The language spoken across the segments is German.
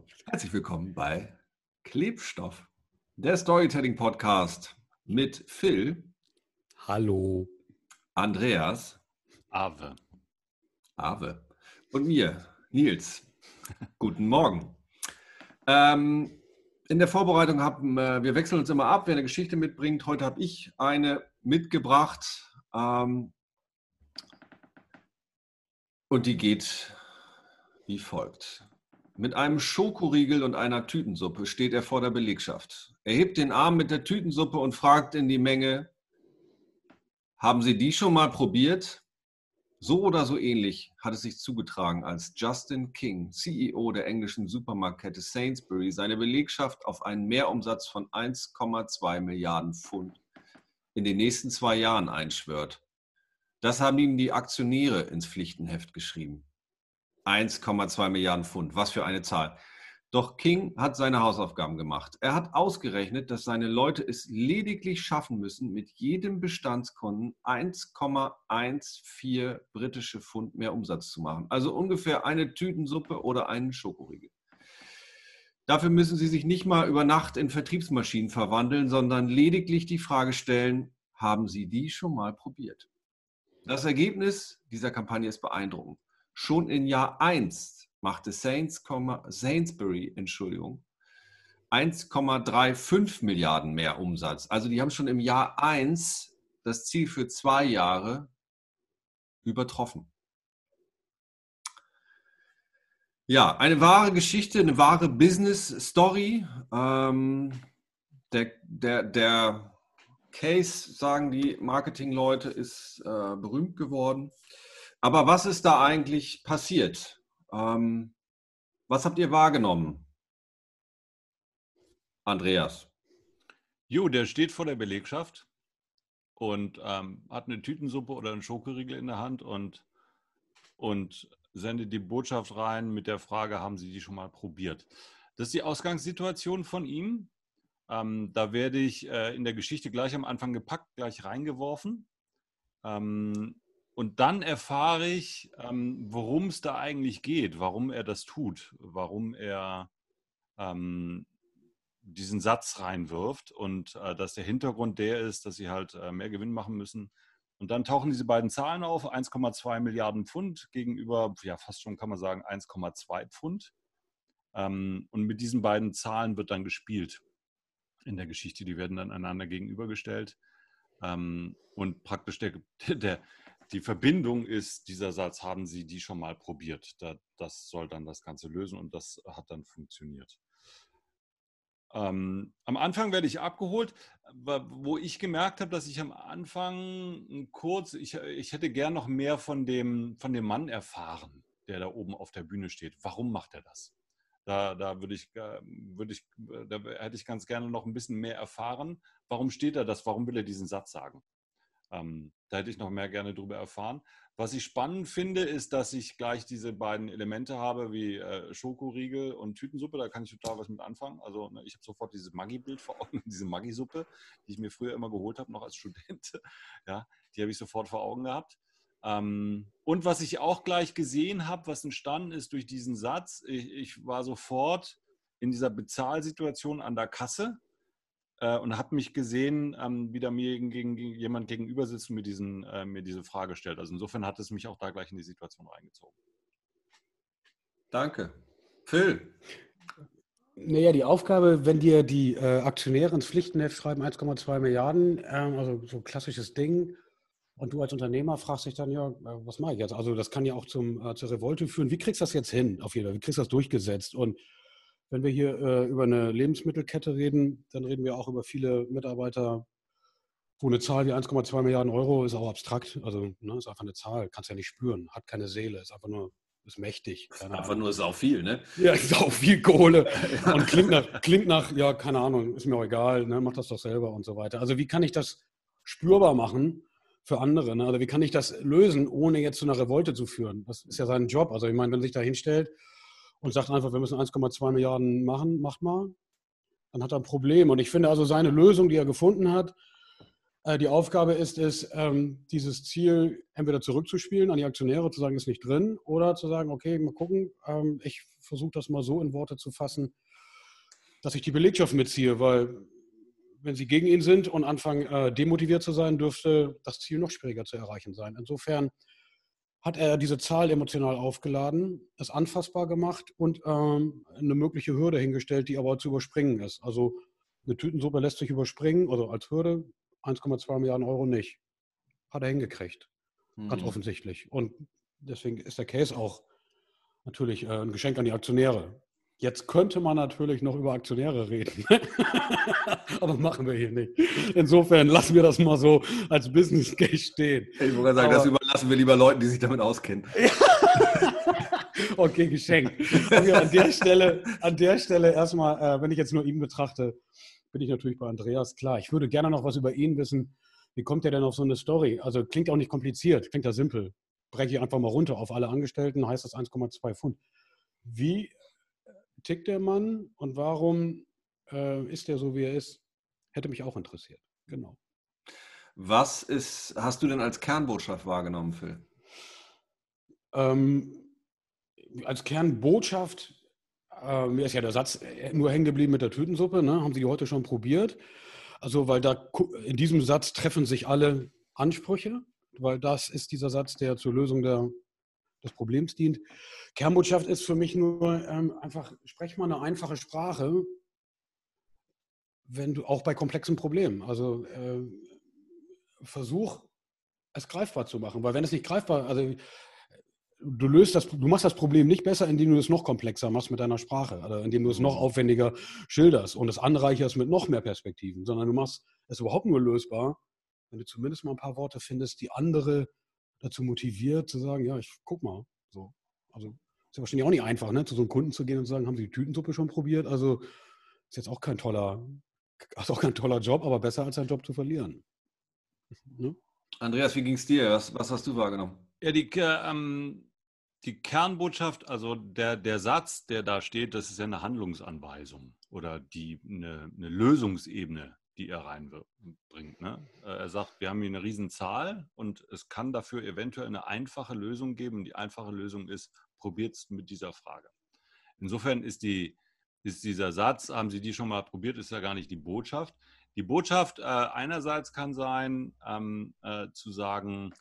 Herzlich willkommen bei Klebstoff, der Storytelling-Podcast mit Phil, Hallo. Andreas, Ave. und mir, Nils. Guten Morgen. In der Vorbereitung wir wechseln uns immer ab, wer eine Geschichte mitbringt. Heute habe ich eine mitgebracht und die geht wie folgt. Mit einem Schokoriegel und einer Tütensuppe steht er vor der Belegschaft. Er hebt den Arm mit der Tütensuppe und fragt in die Menge: Haben Sie die schon mal probiert? So oder so ähnlich hat es sich zugetragen, als Justin King, CEO der englischen Supermarktkette Sainsbury, seine Belegschaft auf einen Mehrumsatz von 1,2 Milliarden Pfund in den nächsten 2 Jahren einschwört. Das haben ihm die Aktionäre ins Pflichtenheft geschrieben. 1,2 Milliarden Pfund, was für eine Zahl. Doch King hat seine Hausaufgaben gemacht. Er hat ausgerechnet, dass seine Leute es lediglich schaffen müssen, mit jedem Bestandskunden 1,14 britische Pfund mehr Umsatz zu machen. Also ungefähr eine Tütensuppe oder einen Schokoriegel. Dafür müssen sie sich nicht mal über Nacht in Vertriebsmaschinen verwandeln, sondern lediglich die Frage stellen: Haben Sie die schon mal probiert? Das Ergebnis dieser Kampagne ist beeindruckend. Schon in Jahr 1 machte Sainsbury 1,35 Milliarden mehr Umsatz. Also die haben schon im Jahr 1 das Ziel für 2 Jahre übertroffen. Ja, eine wahre Geschichte, eine wahre Business-Story. Der Case, sagen die Marketingleute, ist berühmt geworden. Aber was ist da eigentlich passiert? Was habt ihr wahrgenommen? Andreas. Der steht vor der Belegschaft und hat eine Tütensuppe oder einen Schokoriegel in der Hand und sendet die Botschaft rein mit der Frage: Haben Sie die schon mal probiert? Das ist die Ausgangssituation von ihm. Da werde ich in der Geschichte gleich am Anfang gepackt, gleich reingeworfen. Und dann erfahre ich, worum es da eigentlich geht, warum er das tut, warum er diesen Satz reinwirft und dass der Hintergrund der ist, dass sie halt mehr Gewinn machen müssen. Und dann tauchen diese beiden Zahlen auf: 1,2 Milliarden Pfund gegenüber, ja fast schon kann man sagen, 1,2 Pfund. Und mit diesen beiden Zahlen wird dann gespielt in der Geschichte. Die werden dann einander gegenübergestellt. Und praktisch die Verbindung ist dieser Satz: Haben Sie die schon mal probiert? Das soll dann das Ganze lösen und das hat dann funktioniert. Am Anfang werde ich abgeholt, wo ich gemerkt habe, dass ich am Anfang ich hätte gern noch mehr von dem Mann erfahren, der da oben auf der Bühne steht. Warum macht er das? Da hätte ich ganz gerne noch ein bisschen mehr erfahren. Warum steht er das? Warum will er diesen Satz sagen? Da hätte ich noch mehr gerne drüber erfahren. Was ich spannend finde, ist, dass ich gleich diese beiden Elemente habe, wie Schokoriegel und Tütensuppe. Da kann ich total was mit anfangen. Also ich habe sofort dieses Maggi-Bild vor Augen, diese Maggi-Suppe, die ich mir früher immer geholt habe, noch als Student. Ja, die habe ich sofort vor Augen gehabt. Und was ich auch gleich gesehen habe, was entstanden ist durch diesen Satz: Ich war sofort in dieser Bezahlsituation an der Kasse und habe mich gesehen, wie da mir jemand gegenüber sitzt und mir diese Frage stellt. Also insofern hat es mich auch da gleich in die Situation reingezogen. Danke. Phil. Naja, die Aufgabe, wenn dir die Aktionäre ins Pflichtenheft schreiben, 1,2 Milliarden, also so ein klassisches Ding, und du als Unternehmer fragst dich dann, ja, was mache ich jetzt? Also das kann ja auch zur Revolte führen. Wie kriegst du das jetzt hin, auf jeden Fall? Wie kriegst du das durchgesetzt? Und wenn wir hier über eine Lebensmittelkette reden, dann reden wir auch über viele Mitarbeiter, wo eine Zahl wie 1,2 Milliarden Euro ist auch abstrakt. Also ist einfach eine Zahl, kannst ja nicht spüren, hat keine Seele, ist einfach nur, ist mächtig. Einfach nur ist auch viel, ne? Ja, ist auch viel Kohle und klingt nach, ja, keine Ahnung, ist mir auch egal, ne, mach das doch selber und so weiter. Also wie kann ich das spürbar machen für andere? Ne? Also wie kann ich das lösen, ohne jetzt zu einer Revolte zu führen? Das ist ja sein Job. Also ich meine, wenn sich da hinstellt und sagt einfach, wir müssen 1,2 Milliarden machen, macht mal, dann hat er ein Problem. Und ich finde also seine Lösung, die er gefunden hat, Die Aufgabe ist es, dieses Ziel entweder zurückzuspielen an die Aktionäre, zu sagen, ist nicht drin, oder zu sagen, okay, mal gucken, ich versuche das mal so in Worte zu fassen, dass ich die Belegschaft mitziehe, weil wenn sie gegen ihn sind und anfangen demotiviert zu sein, dürfte das Ziel noch schwieriger zu erreichen sein. Insofern hat er diese Zahl emotional aufgeladen, es anfassbar gemacht und eine mögliche Hürde hingestellt, die aber zu überspringen ist. Also eine Tütensuppe lässt sich überspringen, also als Hürde 1,2 Milliarden Euro nicht. Hat er hingekriegt, ganz offensichtlich. Und deswegen ist der Case auch natürlich ein Geschenk an die Aktionäre. Jetzt könnte man natürlich noch über Aktionäre reden, aber machen wir hier nicht. Insofern lassen wir das mal so als Business Case stehen. Ich wollte gerade sagen, das überlassen wir lieber Leuten, die sich damit auskennen. Okay, geschenkt. Okay, an der Stelle erstmal, wenn ich jetzt nur ihn betrachte, bin ich natürlich bei Andreas. Klar, ich würde gerne noch was über ihn wissen. Wie kommt er denn auf so eine Story? Also klingt auch nicht kompliziert, klingt ja simpel. Breche ich einfach mal runter auf alle Angestellten, heißt das 1,2 Pfund. Wie tickt der Mann und warum ist er so, wie er ist? Hätte mich auch interessiert. Genau. Was hast du denn als Kernbotschaft wahrgenommen, Phil? Als Kernbotschaft, mir ist ja der Satz nur hängen geblieben mit der Tütensuppe, ne? Haben Sie die heute schon probiert? Also, weil da in diesem Satz treffen sich alle Ansprüche, weil das ist dieser Satz, der zur Lösung des Problems dient. Kernbotschaft ist für mich nur einfach, sprech mal eine einfache Sprache, wenn du auch bei komplexen Problemen. Also versuch es greifbar zu machen, weil wenn es nicht greifbar, also du machst das Problem nicht besser, indem du es noch komplexer machst mit deiner Sprache oder indem du es noch aufwendiger schilderst und es anreicherst mit noch mehr Perspektiven, sondern du machst es überhaupt nur lösbar, wenn du zumindest mal ein paar Worte findest, die andere dazu motiviert, zu sagen, ja, ich guck mal. So. Also ist ja wahrscheinlich auch nicht einfach, ne, zu so einem Kunden zu gehen und zu sagen, haben Sie die Tütensuppe schon probiert? Also ist jetzt auch kein toller Job, aber besser als einen Job zu verlieren. Ne? Andreas, wie ging es dir? Was hast du wahrgenommen? Ja, die Kernbotschaft, also der Satz, der da steht, das ist ja eine Handlungsanweisung oder eine Lösungsebene, die er reinbringt. Ne? Er sagt, wir haben hier eine Riesenzahl und es kann dafür eventuell eine einfache Lösung geben. Die einfache Lösung ist, probiert es mit dieser Frage. Insofern ist dieser Satz, haben Sie die schon mal probiert, ist ja gar nicht die Botschaft. Die Botschaft einerseits kann sein, zu sagen,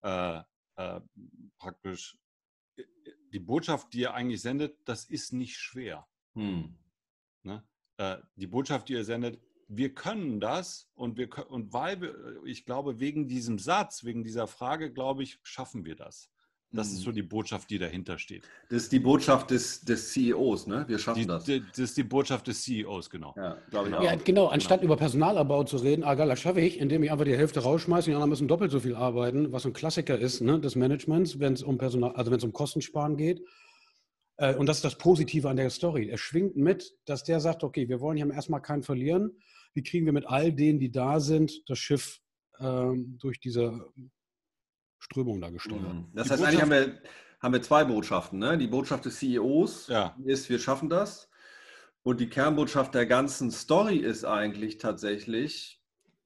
praktisch, die Botschaft, die ihr eigentlich sendet, das ist nicht schwer. Ne? Die Botschaft, die ihr sendet, wir können das und ich glaube, wegen diesem Satz, wegen dieser Frage, glaube ich, schaffen wir das. Das ist so die Botschaft, die dahinter steht. Das ist die Botschaft des CEOs, ne? Wir schaffen das. Das ist die Botschaft des CEOs, genau. Ja, glaube ich auch. Ja, genau. Anstatt über Personalabbau zu reden, geil, das schaffe ich, indem ich einfach die Hälfte rausschmeiße, die anderen müssen doppelt so viel arbeiten, was ein Klassiker ist, ne, des Managements, wenn es um wenn es um Kostensparen geht. Und das ist das Positive an der Story. Er schwingt mit, dass der sagt, okay, wir wollen hier erstmal keinen verlieren. Wie kriegen wir mit all denen, die da sind, das Schiff durch diese Strömung da gesteuert? Das heißt, eigentlich haben wir zwei Botschaften. Ne? Die Botschaft des CEOs ist, wir schaffen das. Und die Kernbotschaft der ganzen Story ist eigentlich tatsächlich,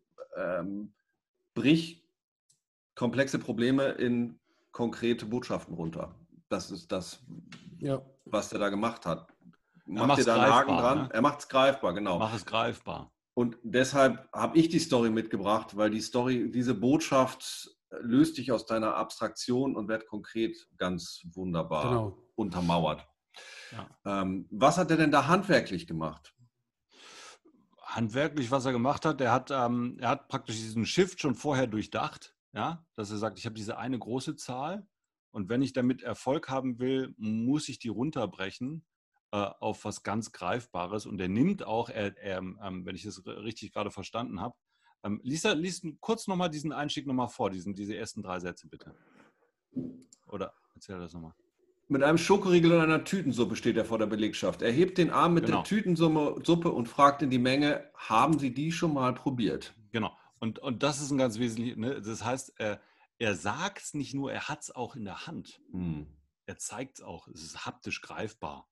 brich komplexe Probleme in konkrete Botschaften runter. Das ist das, was er da gemacht hat. Macht ihr da einen Haken dran? Ne? Er macht es greifbar, genau. Mach es greifbar. Und deshalb habe ich die Story mitgebracht, weil diese Botschaft löst dich aus deiner Abstraktion und wird konkret ganz wunderbar untermauert. Ja. Was hat er denn da handwerklich gemacht? Handwerklich, was er gemacht hat, er hat praktisch diesen Shift schon vorher durchdacht, ja, dass er sagt, ich habe diese eine große Zahl und wenn ich damit Erfolg haben will, muss ich die runterbrechen auf was ganz Greifbares. Und er nimmt auch, wenn ich das richtig gerade verstanden habe, lies kurz nochmal diesen Einstieg nochmal vor, diese ersten 3 Sätze bitte. Oder erzähl das nochmal. Mit einem Schokoriegel und einer Tütensuppe steht er vor der Belegschaft. Er hebt den Arm mit der Tütensuppe und fragt in die Menge, haben Sie die schon mal probiert? Genau. Und das ist ein ganz wesentliches, ne? Das heißt, er sagt es nicht nur, er hat es auch in der Hand. Er zeigt es auch, es ist haptisch greifbar.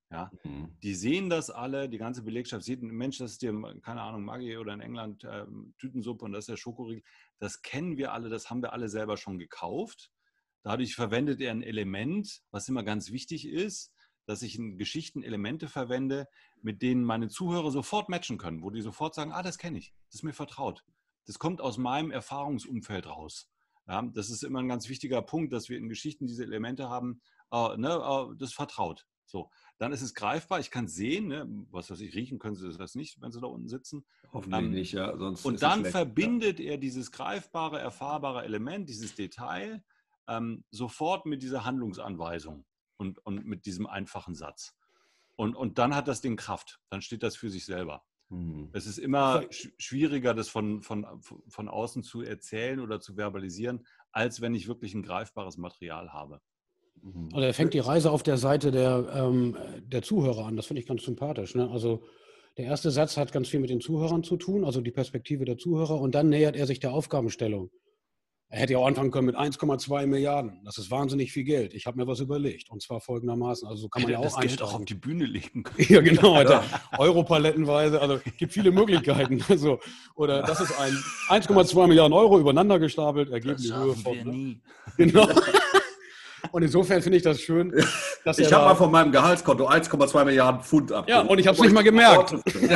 Ja, die sehen das alle, die ganze Belegschaft sieht, Mensch, das ist dir, keine Ahnung, Maggi oder in England Tütensuppe und das ist der Schokoriegel. Das kennen wir alle, das haben wir alle selber schon gekauft. Dadurch verwendet er ein Element, was immer ganz wichtig ist, dass ich in Geschichten Elemente verwende, mit denen meine Zuhörer sofort matchen können, wo die sofort sagen, das kenne ich, das ist mir vertraut. Das kommt aus meinem Erfahrungsumfeld raus. Ja, das ist immer ein ganz wichtiger Punkt, dass wir in Geschichten diese Elemente haben, das vertraut. So, dann ist es greifbar, ich kann sehen, ne, was weiß ich, riechen können Sie das nicht, wenn Sie da unten sitzen. Hoffentlich nicht, ja. Sonst und dann verbindet er dieses greifbare, erfahrbare Element, dieses Detail, sofort mit dieser Handlungsanweisung und mit diesem einfachen Satz. Und dann hat das Ding Kraft, dann steht das für sich selber. Es ist immer schwieriger, das von außen zu erzählen oder zu verbalisieren, als wenn ich wirklich ein greifbares Material habe. Also er fängt die Reise auf der Seite der Zuhörer an. Das finde ich ganz sympathisch. Ne? Also der erste Satz hat ganz viel mit den Zuhörern zu tun, also die Perspektive der Zuhörer. Und dann nähert er sich der Aufgabenstellung. Er hätte ja auch anfangen können mit 1,2 Milliarden. Das ist wahnsinnig viel Geld. Ich habe mir was überlegt. Und zwar folgendermaßen. Also so kann man ja auch das Geld auch auf die Bühne legen können. Ja, genau. Alter. Europalettenweise. Also gibt viele Möglichkeiten. Also, oder das ist 1,2 Milliarden Euro übereinander gestapelt. Ergeben die Höhe von. Nie. Genau. Und insofern finde ich das schön, dass ich habe mal von meinem Gehaltskonto 1,2 Milliarden Pfund abgehoben. Ja, und ich habe es nicht mal gemerkt.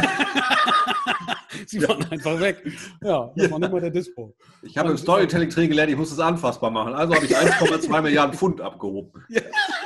Sie waren einfach weg. Ja, das war nicht mal der Dispo. Ich habe im Storytelling-Training gelernt, ich muss es anfassbar machen. Also habe ich 1,2 Milliarden Pfund abgehoben. Ja.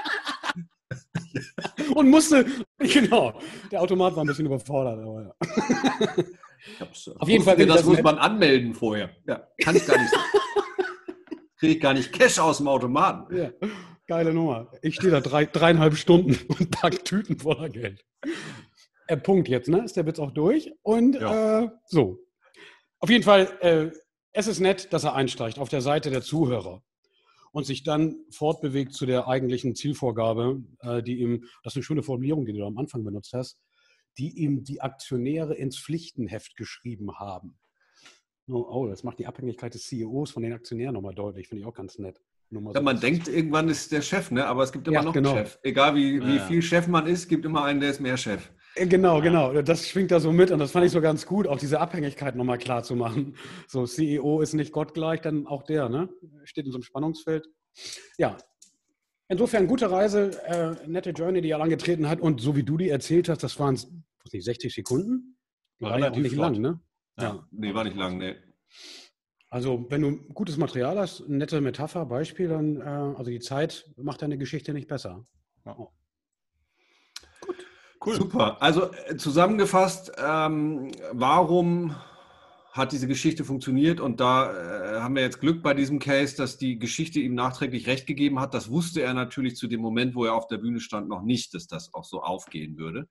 Und musste, genau, der Automat war ein bisschen überfordert. Aber ja. Auf jeden Fall, das muss man anmelden vorher. Ja, kann ich gar nicht. Kriege ich gar nicht Cash aus dem Automaten. Ja, geile Nummer. Ich stehe da 3,5 Stunden und packe Tüten voller Geld. Punkt jetzt, ne? Ist der Witz auch durch? Und so. Auf jeden Fall, es ist nett, dass er einsteigt auf der Seite der Zuhörer und sich dann fortbewegt zu der eigentlichen Zielvorgabe, die ihm, das ist eine schöne Formulierung, die du am Anfang benutzt hast, die ihm die Aktionäre ins Pflichtenheft geschrieben haben. Oh, das macht die Abhängigkeit des CEOs von den Aktionären nochmal deutlich. Finde ich auch ganz nett. Ja, man denkt, irgendwann ist der Chef, ne? Aber es gibt immer noch einen Chef. Egal wie viel Chef man ist, gibt immer einen, der ist mehr Chef. Genau. Das schwingt da so mit und das fand ich so ganz gut, auch diese Abhängigkeit nochmal klar zu machen. So, CEO ist nicht gottgleich, dann auch der, ne? Steht in so einem Spannungsfeld. Ja, insofern gute Reise, nette Journey, die er angetreten hat. Und so wie du die erzählt hast, das waren 60 Sekunden. Die war ja auch nicht lang, ne? Ja. Nee, war nicht lang, nee. Also, wenn du gutes Material hast, eine nette Metapher, Beispiel, dann, also die Zeit macht deine Geschichte nicht besser. Ja. Oh. Gut. Cool. Super. Also zusammengefasst, warum hat diese Geschichte funktioniert? Und da haben wir jetzt Glück bei diesem Case, dass die Geschichte ihm nachträglich recht gegeben hat. Das wusste er natürlich zu dem Moment, wo er auf der Bühne stand, noch nicht, dass das auch so aufgehen würde.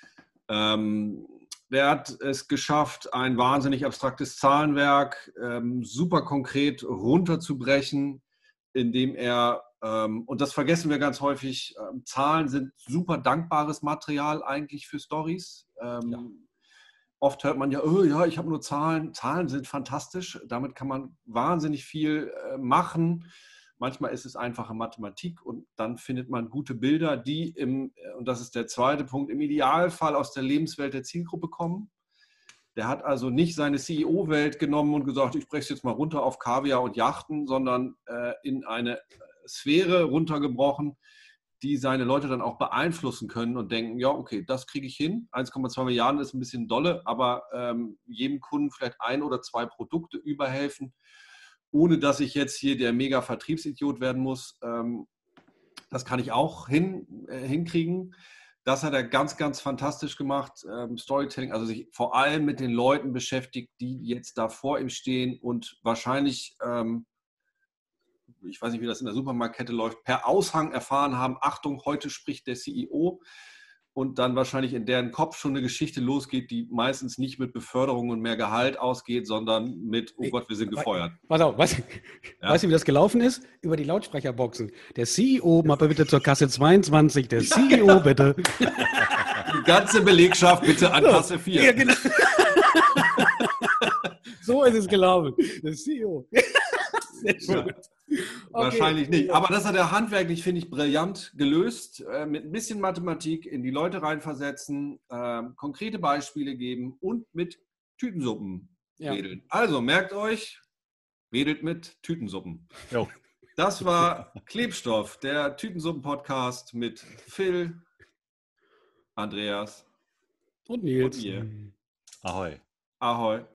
Der hat es geschafft, ein wahnsinnig abstraktes Zahlenwerk super konkret runterzubrechen, indem er, und das vergessen wir ganz häufig, Zahlen sind super dankbares Material eigentlich für Storys. Oft hört man ja, ich habe nur Zahlen. Zahlen sind fantastisch, damit kann man wahnsinnig viel machen. Manchmal ist es einfache Mathematik und dann findet man gute Bilder, die und das ist der zweite Punkt, im Idealfall aus der Lebenswelt der Zielgruppe kommen. Der hat also nicht seine CEO-Welt genommen und gesagt, ich breche es jetzt mal runter auf Kaviar und Yachten, sondern in eine Sphäre runtergebrochen, die seine Leute dann auch beeinflussen können und denken, ja, okay, das kriege ich hin. 1,2 Milliarden ist ein bisschen dolle, aber jedem Kunden vielleicht 1 oder 2 Produkte überhelfen, ohne dass ich jetzt hier der Mega-Vertriebsidiot werden muss. Das kann ich auch hinkriegen. Das hat er ganz, ganz fantastisch gemacht. Storytelling, also sich vor allem mit den Leuten beschäftigt, die jetzt da vor ihm stehen und wahrscheinlich, ich weiß nicht, wie das in der Supermarktkette läuft, per Aushang erfahren haben, Achtung, heute spricht der CEO. Und dann wahrscheinlich in deren Kopf schon eine Geschichte losgeht, die meistens nicht mit Beförderung und mehr Gehalt ausgeht, sondern mit, oh Gott, wir sind gefeuert. Pass auf, weißt du, wie das gelaufen ist? Über die Lautsprecherboxen. Der CEO, mal bitte zur Kasse 22, der CEO bitte. Die ganze Belegschaft bitte an Kasse 4. Ja, genau. So ist es gelaufen. Der CEO. Sehr schön. Wahrscheinlich nicht. Aber das hat er handwerklich, finde ich, brillant gelöst. Mit ein bisschen Mathematik in die Leute reinversetzen, konkrete Beispiele geben und mit Tütensuppen wedeln. Also merkt euch, wedelt mit Tütensuppen. Jo. Das war Klebstoff, der Tütensuppen-Podcast mit Phil, Andreas und Nils. und mir. Ahoi. Ahoi.